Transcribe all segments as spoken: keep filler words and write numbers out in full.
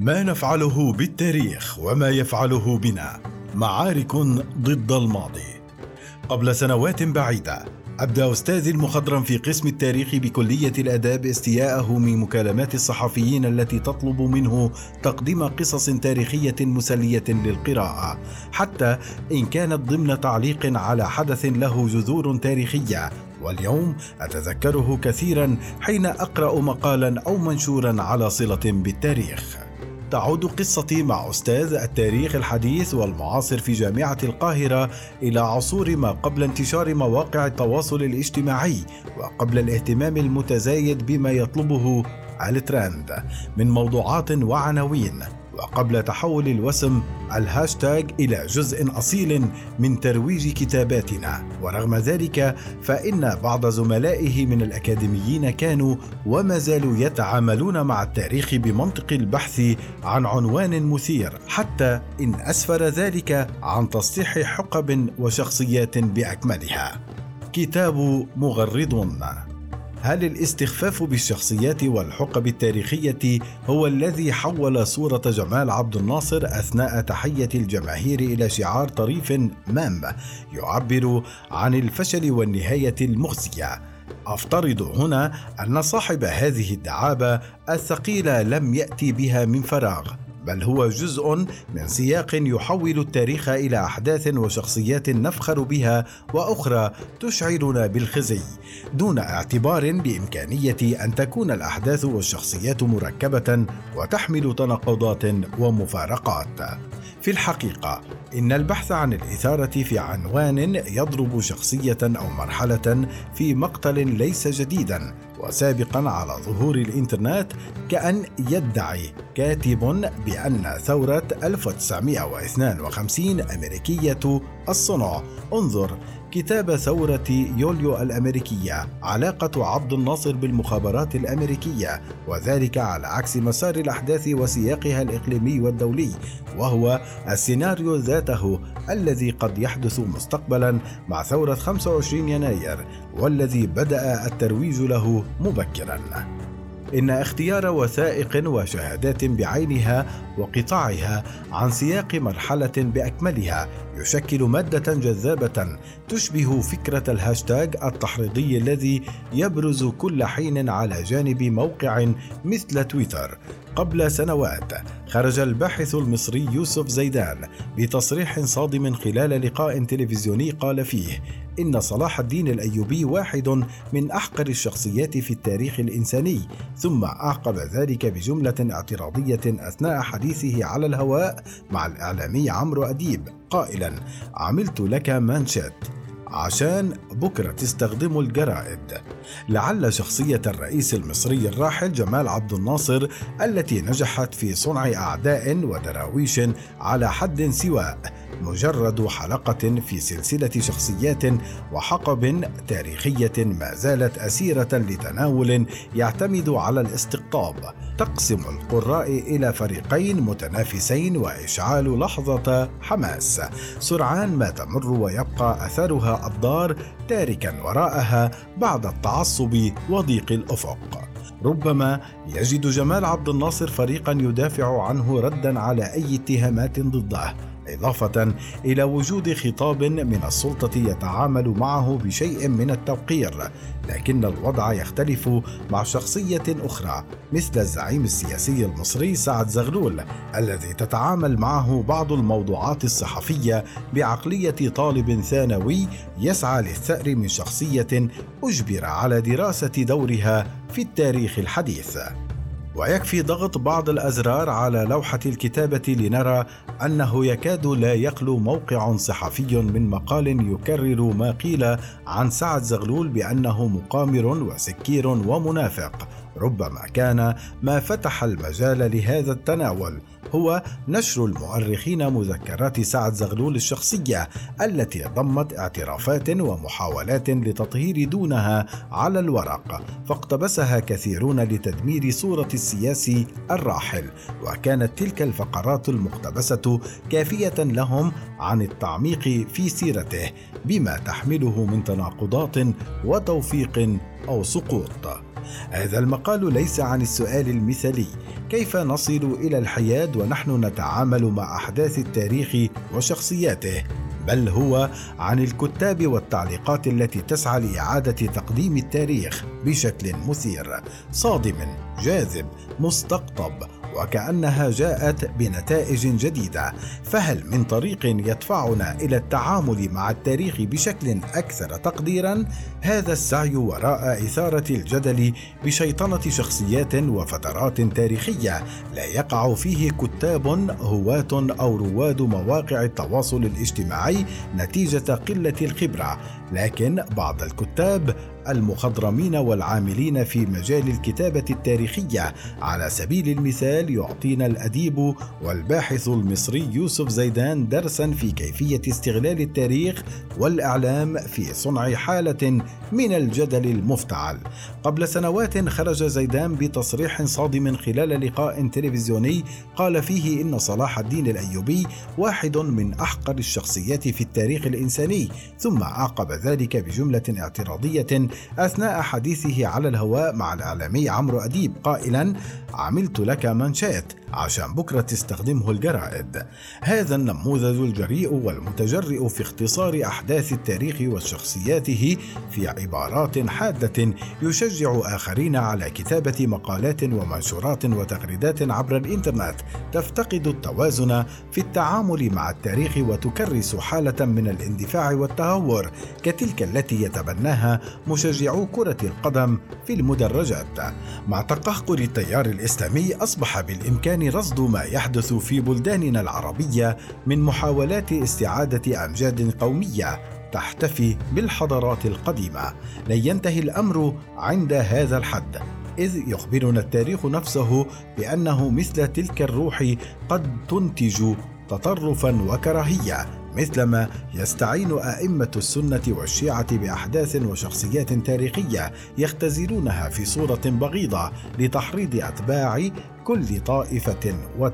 ما نفعله بالتاريخ وما يفعله بنا. معارك ضد الماضي. قبل سنوات بعيدة أبدى أستاذي المخضرم في قسم التاريخ بكلية الآداب استياءه من مكالمات الصحفيين التي تطلب منه تقديم قصص تاريخية مسلية للقراءة، حتى إن كانت ضمن تعليق على حدث له جذور تاريخية. واليوم أتذكره كثيرا حين أقرأ مقالا أو منشورا على صلة بالتاريخ. تعود قصتي مع أستاذ التاريخ الحديث والمعاصر في جامعة القاهرة إلى عصور ما قبل انتشار مواقع التواصل الاجتماعي وقبل الاهتمام المتزايد بما يطلبه الترند من موضوعات وعناوين، وقبل تحول الوسم الهاشتاج إلى جزء أصيل من ترويج كتاباتنا. ورغم ذلك فإن بعض زملائه من الأكاديميين كانوا وما زالوا يتعاملون مع التاريخ بمنطق البحث عن عنوان مثير، حتى إن أسفر ذلك عن تسطيح حقب وشخصيات بأكملها. كتاب مغرضون. هل الاستخفاف بالشخصيات والحقب التاريخية هو الذي حول صورة جمال عبد الناصر أثناء تحية الجماهير إلى شعار طريف مام يعبر عن الفشل والنهاية المخزية؟ أفترض هنا أن صاحب هذه الدعابة الثقيلة لم يأتي بها من فراغ، بل هو جزء من سياق يحول التاريخ إلى أحداث وشخصيات نفخر بها وأخرى تشعرنا بالخزي، دون اعتبار بإمكانية أن تكون الأحداث والشخصيات مركبة وتحمل تناقضات ومفارقات. في الحقيقة إن البحث عن الإثارة في عنوان يضرب شخصية أو مرحلة في مقتل ليس جديدا وسابقا على ظهور الإنترنت، كأن يدعي كاتب بأن ثورة ألف وتسعمائة واثنين وخمسين أمريكية الصنع. انظر كتاب ثورة يوليو الأمريكية، علاقة عبد الناصر بالمخابرات الأمريكية، وذلك على عكس مسار الأحداث وسياقها الإقليمي والدولي، وهو السيناريو ذاته الذي قد يحدث مستقبلا مع ثورة خمسة وعشرين يناير، والذي بدأ الترويج له مبكرا. إن اختيار وثائق وشهادات بعينها وقطاعها عن سياق مرحلة بأكملها يشكل مادة جذابة تشبه فكرة الهاشتاج التحريضي الذي يبرز كل حين على جانب موقع مثل تويتر. قبل سنوات خرج الباحث المصري يوسف زيدان بتصريح صادم خلال لقاء تلفزيوني قال فيه إن صلاح الدين الأيوبي واحد من أحقر الشخصيات في التاريخ الإنساني، ثم أعقب ذلك بجملة اعتراضية أثناء حديثه على الهواء مع الإعلامي عمرو أديب قائلا: عملت لك مانشيت عشان بكرة تستخدموا الجرائد. لعل شخصية الرئيس المصري الراحل جمال عبد الناصر التي نجحت في صنع أعداء ودراويش على حد سواء مجرد حلقة في سلسلة شخصيات وحقب تاريخية ما زالت أسيرة لتناول يعتمد على الاستقطاب، تقسم القراء إلى فريقين متنافسين وإشعال لحظة حماس سرعان ما تمر ويبقى أثرها الضار تاركا وراءها بعد التعصب وضيق الأفق. ربما يجد جمال عبد الناصر فريقا يدافع عنه ردا على أي اتهامات ضده، إضافة إلى وجود خطاب من السلطة يتعامل معه بشيء من التوقير، لكن الوضع يختلف مع شخصية أخرى مثل الزعيم السياسي المصري سعد زغلول الذي تتعامل معه بعض الموضوعات الصحفية بعقلية طالب ثانوي يسعى للثأر من شخصية أجبر على دراسة دورها في التاريخ الحديث. ويكفي ضغط بعض الأزرار على لوحة الكتابة لنرى أنه يكاد لا يخلو موقع صحفي من مقال يكرر ما قيل عن سعد زغلول بأنه مقامر وسكير ومنافق. ربما كان ما فتح المجال لهذا التناول هو نشر المؤرخين مذكرات سعد زغلول الشخصية التي ضمت اعترافات ومحاولات لتطهير دونها على الورق، فاقتبسها كثيرون لتدمير صورة السياسي الراحل، وكانت تلك الفقرات المقتبسة كافية لهم عن التعميق في سيرته بما تحمله من تناقضات وتوفيق أو سقوط. هذا المقال ليس عن السؤال المثالي: كيف نصل إلى الحياد ونحن نتعامل مع أحداث التاريخ وشخصياته، بل هو عن الكتاب والتعليقات التي تسعى لإعادة تقديم التاريخ بشكل مثير، صادم، جاذب، مستقطب، وكأنها جاءت بنتائج جديدة. فهل من طريق يدفعنا إلى التعامل مع التاريخ بشكل أكثر تقديرا؟ هذا السعي وراء إثارة الجدل بشيطنة شخصيات وفترات تاريخية لا يقع فيه كتاب، هواة أو رواد مواقع التواصل الاجتماعي نتيجة قلة الخبرة، لكن بعض الكتاب المخضرمين والعاملين في مجال الكتابة التاريخية. على سبيل المثال، يعطينا الأديب والباحث المصري يوسف زيدان درسا في كيفية استغلال التاريخ والإعلام في صنع حالة من الجدل المفتعل. قبل سنوات خرج زيدان بتصريح صادم خلال لقاء تلفزيوني قال فيه إن صلاح الدين الأيوبي واحد من أحقر الشخصيات في التاريخ الإنساني، ثم عقب ذلك بجملة اعتراضية أثناء حديثه على الهواء مع الإعلامي عمرو أديب قائلا: عملت لك منشات عشان بكرة تستخدمه الجرائد. هذا النموذج الجريء والمتجرئ في اختصار أحداث التاريخ وشخصياته في عبارات حادة يشجع آخرين على كتابة مقالات ومنشورات وتغريدات عبر الإنترنت تفتقد التوازن في التعامل مع التاريخ وتكرس حالة من الاندفاع والتهور كتلك التي يتبناها مشجعو كرة القدم في المدرجات. مع تقهقر التيار الإسلامي أصبح بالإمكان رصد ما يحدث في بلداننا العربية من محاولات استعادة أمجاد قومية تحتفي بالحضارات القديمة. لن ينتهي الأمر عند هذا الحد، إذ يخبرنا التاريخ نفسه بأنه مثل تلك الروح قد تنتج تطرفا وكراهية، مثلما يستعين أئمة السنة والشيعة بأحداث وشخصيات تاريخية يختزلونها في صورة بغيضة لتحريض أتباع كل طائفة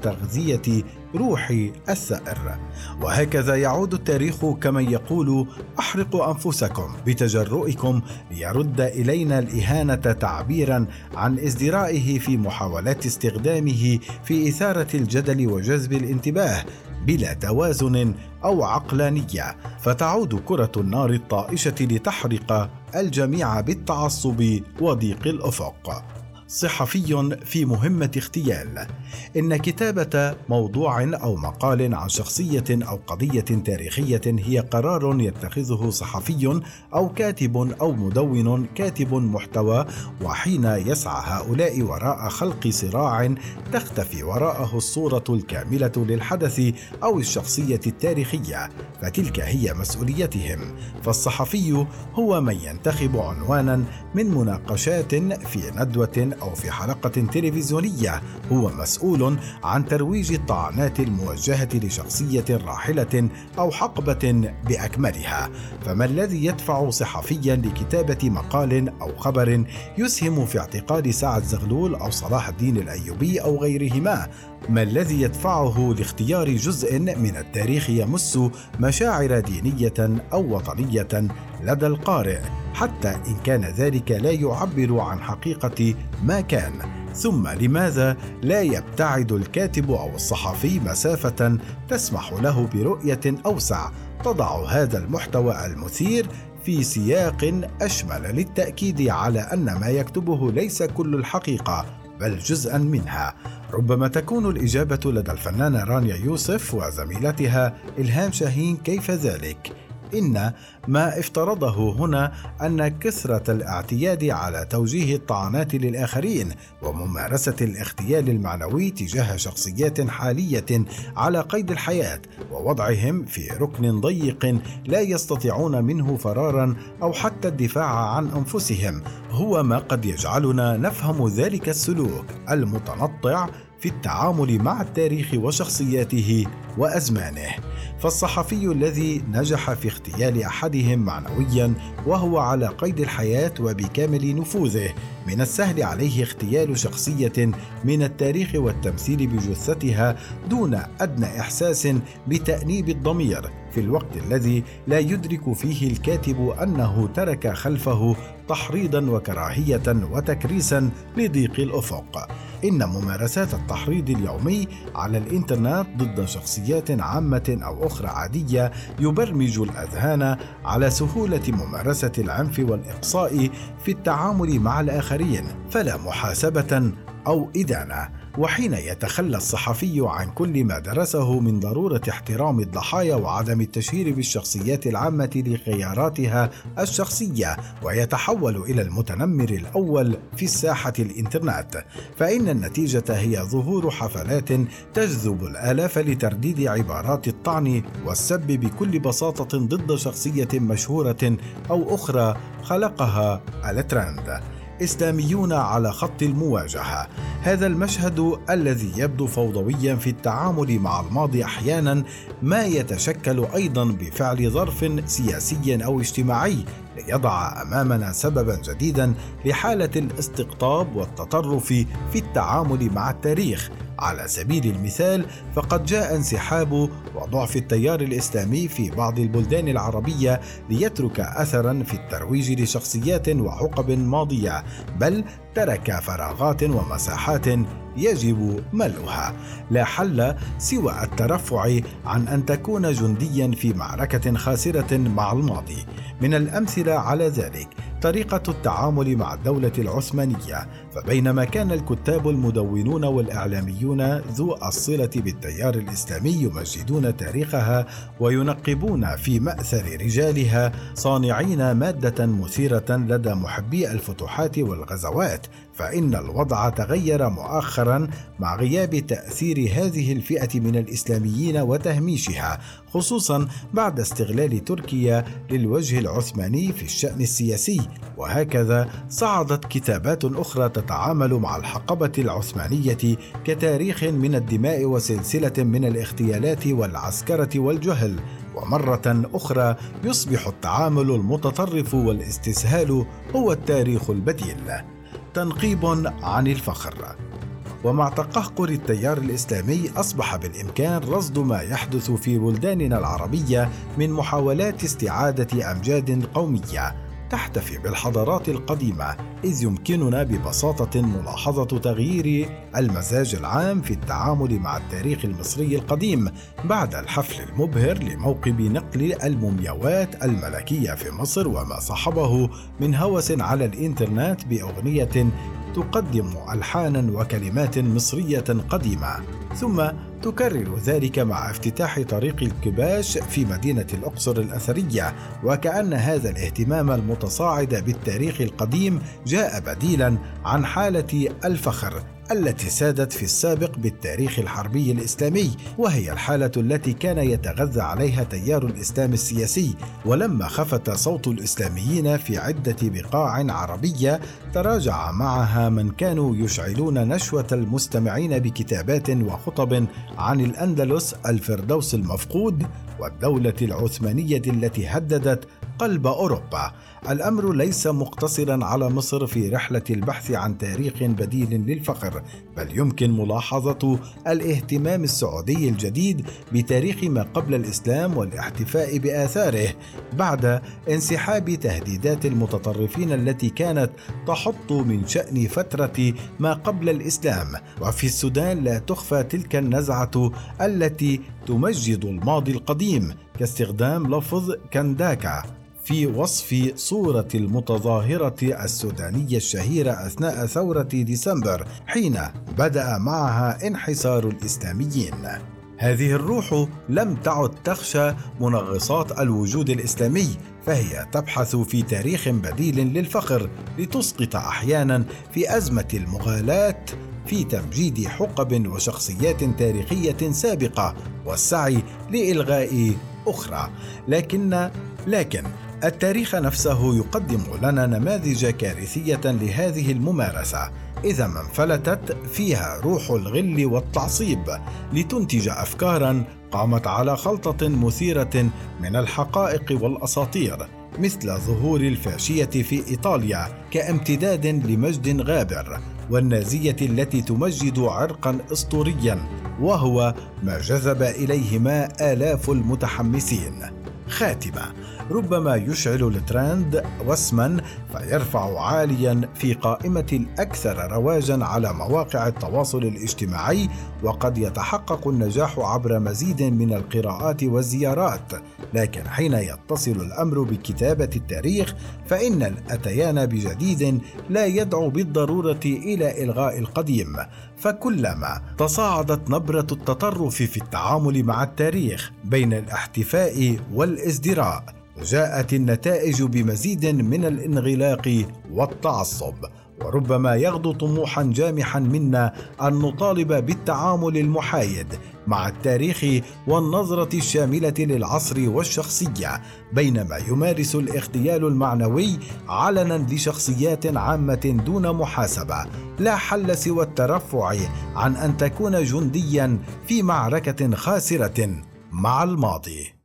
وتغذية روح الثأر. وهكذا يعود التاريخ كمن يقول: أحرقوا أنفسكم بتجرؤكم ليرد إلينا الإهانة، تعبيرا عن ازدرائه في محاولات استخدامه في إثارة الجدل وجذب الانتباه بلا توازن أو عقلانية، فتعود كرة النار الطائشة لتحرق الجميع بالتعصب وضيق الأفق. صحفي في مهمة اغتيال. إن كتابة موضوع أو مقال عن شخصية أو قضية تاريخية هي قرار يتخذه صحفي أو كاتب أو مدون كاتب محتوى، وحين يسعى هؤلاء وراء خلق صراع تختفي وراءه الصورة الكاملة للحدث أو الشخصية التاريخية، فتلك هي مسؤوليتهم. فالصحفي هو من ينتخب عنوانا من مناقشات في ندوة أو في حلقة تلفزيونية، هو مسؤول عن ترويج الطعنات الموجهة لشخصية راحلة أو حقبة بأكملها. فما الذي يدفع صحفيا لكتابة مقال أو خبر يسهم في اعتقال سعد زغلول أو صلاح الدين الأيوبي أو غيرهما؟ ما الذي يدفعه لاختيار جزء من التاريخ يمس مشاعر دينية أو وطنية لدى القارئ، حتى إن كان ذلك لا يعبر عن حقيقة ما كان؟ ثم لماذا لا يبتعد الكاتب أو الصحفي مسافة تسمح له برؤية أوسع تضع هذا المحتوى المثير في سياق أشمل للتأكيد على أن ما يكتبه ليس كل الحقيقة بل جزءا منها؟ ربما تكون الإجابة لدى الفنانة رانيا يوسف وزميلتها إلهام شاهين كيف ذلك. إن ما افترضه هنا أن كثرة الاعتياد على توجيه الطعنات للآخرين وممارسة الاغتيال المعنوي تجاه شخصيات حالية على قيد الحياة ووضعهم في ركن ضيق لا يستطيعون منه فرارا أو حتى الدفاع عن أنفسهم هو ما قد يجعلنا نفهم ذلك السلوك المتنطع في التعامل مع التاريخ وشخصياته وأزمانه. فالصحفي الذي نجح في اغتيال أحدهم معنويا وهو على قيد الحياة وبكامل نفوذه، من السهل عليه اغتيال شخصية من التاريخ والتمثيل بجثتها دون أدنى إحساس بتأنيب الضمير، في الوقت الذي لا يدرك فيه الكاتب أنه ترك خلفه تحريضا وكراهية وتكريسا لضيق الأفق. إن ممارسات التحريض اليومي على الإنترنت ضد شخصيات عامة أو أخرى عادية يبرمج الأذهان على سهولة ممارسة العنف والإقصاء في التعامل مع الآخرين، فلا محاسبة أو إدانة. وحين يتخلى الصحفي عن كل ما درسه من ضرورة احترام الضحايا وعدم التشهير بالشخصيات العامة لخياراتها الشخصية ويتحول إلى المتنمر الأول في الساحة الإنترنت، فإن النتيجة هي ظهور حفلات تجذب الآلاف لترديد عبارات الطعن والسب بكل بساطة ضد شخصية مشهورة أو أخرى خلقها الترند. إسلاميون على خط المواجهة. هذا المشهد الذي يبدو فوضويا في التعامل مع الماضي أحيانا ما يتشكل أيضا بفعل ظرف سياسي أو اجتماعي ليضع أمامنا سببا جديدا لحالة الاستقطاب والتطرف في التعامل مع التاريخ. على سبيل المثال، فقد جاء انسحاب وضعف التيار الإسلامي في بعض البلدان العربية ليترك أثرا في الترويج لشخصيات وحقب ماضية، بل ترك فراغات ومساحات يجب ملؤها. لا حل سوى الترفع عن أن تكون جنديا في معركة خاسرة مع الماضي. من الأمثلة على ذلك طريقة التعامل مع الدولة العثمانية، فبينما كان الكتاب المدونون والإعلاميون ذو الصلة بالتيار الإسلامي يمجدون تاريخها وينقبون في مأثر رجالها صانعين مادة مثيرة لدى محبي الفتوحات والغزوات، فإن الوضع تغير مؤخرا مع غياب تأثير هذه الفئة من الإسلاميين وتهميشها، خصوصا بعد استغلال تركيا للوجه العثماني في الشأن السياسي. وهكذا صعدت كتابات أخرى تتعامل مع الحقبة العثمانية كتاريخ من الدماء وسلسلة من الاغتيالات والعسكرة والجهل، ومرة أخرى يصبح التعامل المتطرف والاستسهال هو التاريخ البديل. تنقيب عن الفخر. ومع تقهقر التيار الإسلامي أصبح بالإمكان رصد ما يحدث في بلداننا العربية من محاولات استعادة أمجاد قومية تحتفي بالحضارات القديمة، إذ يمكننا ببساطة ملاحظة تغيير المزاج العام في التعامل مع التاريخ المصري القديم بعد الحفل المبهر لموكب نقل المومياوات الملكية في مصر وما صحبه من هوس على الإنترنت بأغنية تقدم ألحانا وكلمات مصرية قديمة، ثم تكرر ذلك مع افتتاح طريق الكباش في مدينة الأقصر الأثرية، وكأن هذا الاهتمام المتصاعد بالتاريخ القديم جاء بديلا عن حالة الفخر التي سادت في السابق بالتاريخ الحربي الإسلامي، وهي الحالة التي كان يتغذى عليها تيار الإسلام السياسي. ولما خفت صوت الإسلاميين في عدة بقاع عربية تراجع معها من كانوا يشعلون نشوة المستمعين بكتابات وخطب عن الأندلس، الفردوس المفقود، والدولة العثمانية التي هددت قلب أوروبا. الأمر ليس مقتصرا على مصر في رحلة البحث عن تاريخ بديل للفخر، بل يمكن ملاحظة الاهتمام السعودي الجديد بتاريخ ما قبل الإسلام والاحتفاء بآثاره بعد انسحاب تهديدات المتطرفين التي كانت تحط من شأن فترة ما قبل الإسلام. وفي السودان لا تخفى تلك النزعة التي تمجد الماضي القديم، كاستخدام لفظ كنداكا في وصف صورة المتظاهرة السودانية الشهيرة أثناء ثورة ديسمبر حين بدأ معها انحسار الإسلاميين. هذه الروح لم تعد تخشى منغصات الوجود الإسلامي، فهي تبحث في تاريخ بديل للفخر لتسقط أحيانا في أزمة المغالاة في تمجيد حقب وشخصيات تاريخية سابقة والسعي لإلغاء أخرى. لكن لكن التاريخ نفسه يقدم لنا نماذج كارثية لهذه الممارسة، إذا ما انفلتت فيها روح الغل والتعصيب لتنتج أفكارا قامت على خلطة مثيرة من الحقائق والأساطير، مثل ظهور الفاشية في إيطاليا كامتداد لمجد غابر، والنازية التي تمجد عرقا أسطوريا، وهو ما جذب إليهما آلاف المتحمسين. خاتمة: ربما يشعل الترند وسما فيرفع عاليا في قائمة الأكثر رواجا على مواقع التواصل الاجتماعي، وقد يتحقق النجاح عبر مزيد من القراءات والزيارات، لكن حين يتصل الأمر بكتابة التاريخ فإن الأتيان بجديد لا يدعو بالضرورة إلى إلغاء القديم، فكلما تصاعدت نبرة التطرف في التعامل مع التاريخ بين الاحتفاء والازدراء، جاءت النتائج بمزيد من الانغلاق والتعصب. وربما يغدو طموحا جامحا منا أن نطالب بالتعامل المحايد مع التاريخ والنظرة الشاملة للعصر والشخصية، بينما يمارس الاغتيال المعنوي علنا لشخصيات عامة دون محاسبة لا حل سوى الترفع عن أن تكون جنديا في معركة خاسرة مع الماضي.